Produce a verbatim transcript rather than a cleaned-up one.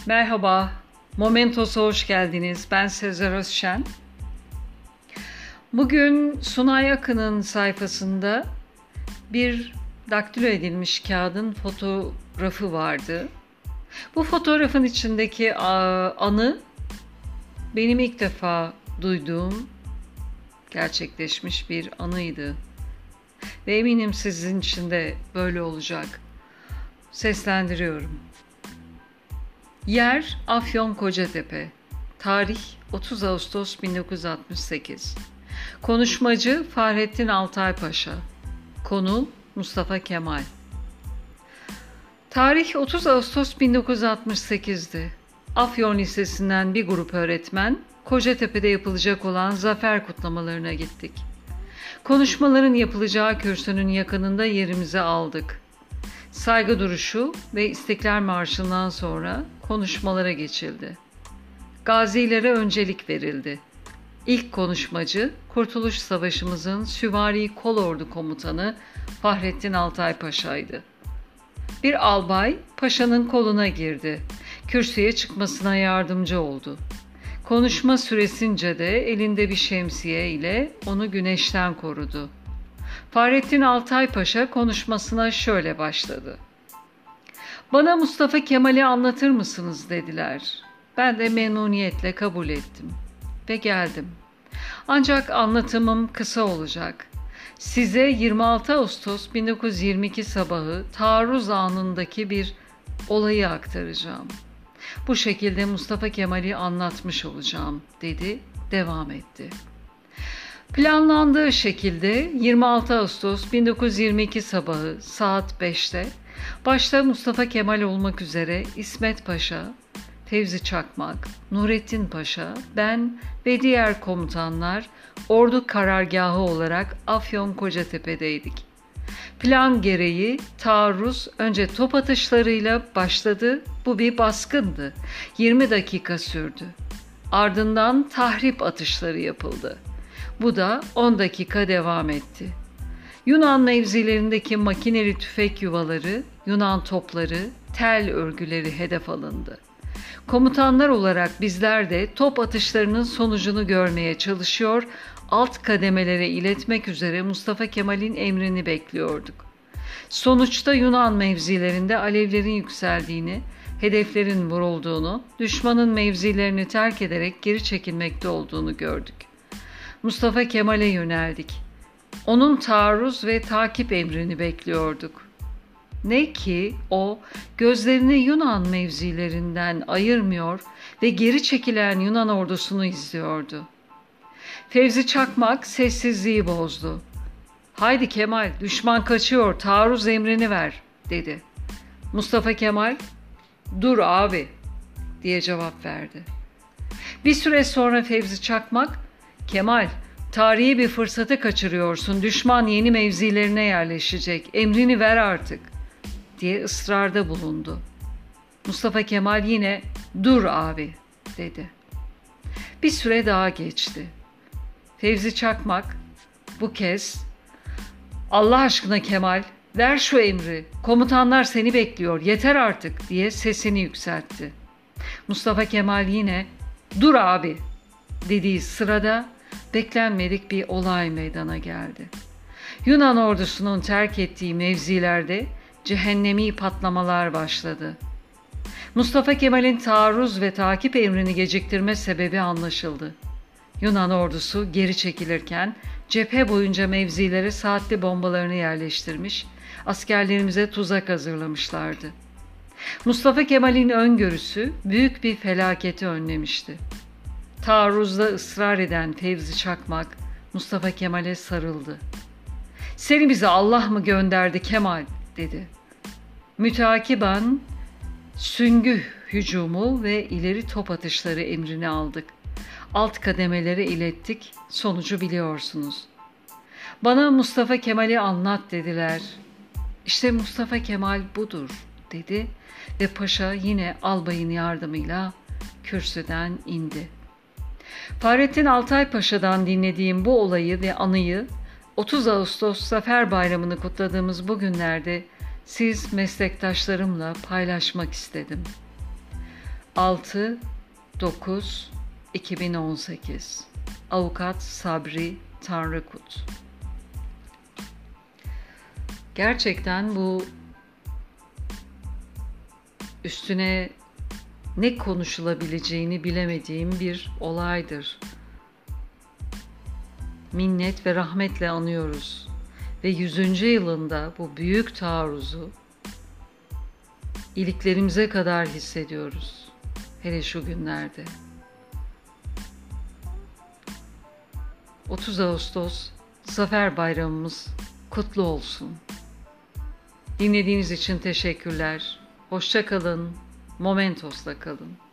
Merhaba, Momentos'a hoş geldiniz. Ben Sezer Özşen. Bugün Sunay Akın'ın sayfasında bir daktilo edilmiş kağıdın fotoğrafı vardı. Bu fotoğrafın içindeki anı benim ilk defa duyduğum gerçekleşmiş bir anıydı. Ve eminim sizin için de böyle olacak. Seslendiriyorum. Yer Afyon Kocatepe. Tarih otuz Ağustos bin dokuz yüz altmış sekiz. Konuşmacı Fahrettin Altay Paşa. Konu Mustafa Kemal. Tarih otuz Ağustos bin dokuz yüz altmış sekiz'di. Afyon Lisesi'nden bir grup öğretmen Kocatepe'de yapılacak olan zafer kutlamalarına gittik. Konuşmaların yapılacağı kürsünün yakınında yerimizi aldık. Saygı duruşu ve İstiklal Marşı'ndan sonra konuşmalara geçildi. Gazilere öncelik verildi. İlk konuşmacı Kurtuluş Savaşımızın Süvari Kolordu Komutanı Fahrettin Altay Paşa'ydı. Bir albay paşanın koluna girdi. Kürsüye çıkmasına yardımcı oldu. Konuşma süresince de elinde bir şemsiye ile onu güneşten korudu. Fahrettin Altay Paşa konuşmasına şöyle başladı. "Bana Mustafa Kemal'i anlatır mısınız?" dediler. Ben de memnuniyetle kabul ettim ve geldim. Ancak anlatımım kısa olacak. Size yirmi altı Ağustos bin dokuz yüz yirmi iki sabahı taarruz anındaki bir olayı aktaracağım. Bu şekilde Mustafa Kemal'i anlatmış olacağım, dedi, devam etti. Planlandığı şekilde yirmi altı Ağustos bin dokuz yüz yirmi iki sabahı saat beş'te başta Mustafa Kemal olmak üzere İsmet Paşa, Fevzi Çakmak, Nurettin Paşa, ben ve diğer komutanlar ordu karargahı olarak Afyon Kocatepe'deydik. Plan gereği taarruz önce top atışlarıyla başladı. Bu bir baskındı. yirmi dakika sürdü. Ardından tahrip atışları yapıldı. Bu da on dakika devam etti. Yunan mevzilerindeki makineli tüfek yuvaları, Yunan topları, tel örgüleri hedef alındı. Komutanlar olarak bizler de top atışlarının sonucunu görmeye çalışıyor, alt kademelere iletmek üzere Mustafa Kemal'in emrini bekliyorduk. Sonuçta Yunan mevzilerinde alevlerin yükseldiğini, hedeflerin vurulduğunu, düşmanın mevzilerini terk ederek geri çekilmekte olduğunu gördük. Mustafa Kemal'e yöneldik. Onun taarruz ve takip emrini bekliyorduk. Ne ki o gözlerini Yunan mevzilerinden ayırmıyor ve geri çekilen Yunan ordusunu izliyordu. Fevzi Çakmak sessizliği bozdu. "Haydi Kemal, düşman kaçıyor, taarruz emrini ver," dedi. Mustafa Kemal, "Dur abi," diye cevap verdi. Bir süre sonra Fevzi Çakmak, "Kemal, tarihi bir fırsatı kaçırıyorsun, düşman yeni mevzilerine yerleşecek, emrini ver artık," diye ısrarda bulundu. Mustafa Kemal yine "Dur abi," dedi. Bir süre daha geçti. Fevzi Çakmak bu kez "Allah aşkına Kemal, ver şu emri, komutanlar seni bekliyor, yeter artık," diye sesini yükseltti. Mustafa Kemal yine "Dur abi," dediği sırada beklenmedik bir olay meydana geldi. Yunan ordusunun terk ettiği mevzilerde cehennemi patlamalar başladı. Mustafa Kemal'in taarruz ve takip emrini geciktirme sebebi anlaşıldı. Yunan ordusu geri çekilirken cephe boyunca mevzilere saatli bombalarını yerleştirmiş, askerlerimize tuzak hazırlamışlardı. Mustafa Kemal'in öngörüsü büyük bir felaketi önlemişti. Taarruzda ısrar eden Fevzi Çakmak Mustafa Kemal'e sarıldı. "Seni bize Allah mı gönderdi Kemal?" dedi. Müteakiben süngü hücumu ve ileri top atışları emrini aldık. Alt kademelere ilettik, sonucu biliyorsunuz. "Bana Mustafa Kemal'i anlat," dediler. "İşte Mustafa Kemal budur," dedi ve paşa yine albayın yardımıyla kürsüden indi. Fahrettin Altay Paşa'dan dinlediğim bu olayı ve anıyı otuz Ağustos Zafer Bayramı'nı kutladığımız bu günlerde siz meslektaşlarımla paylaşmak istedim. altı dokuz iki bin on sekiz. Avukat Sabri Tanrıkut. Gerçekten bu üstüne ne konuşulabileceğini bilemediğim bir olaydır. Minnet ve rahmetle anıyoruz ve yüzüncü yılında bu büyük taarruzu iliklerimize kadar hissediyoruz. Hele şu günlerde. otuz Ağustos Zafer Bayramımız kutlu olsun. Dinlediğiniz için teşekkürler. Hoşça kalın. Momentos'la kalın.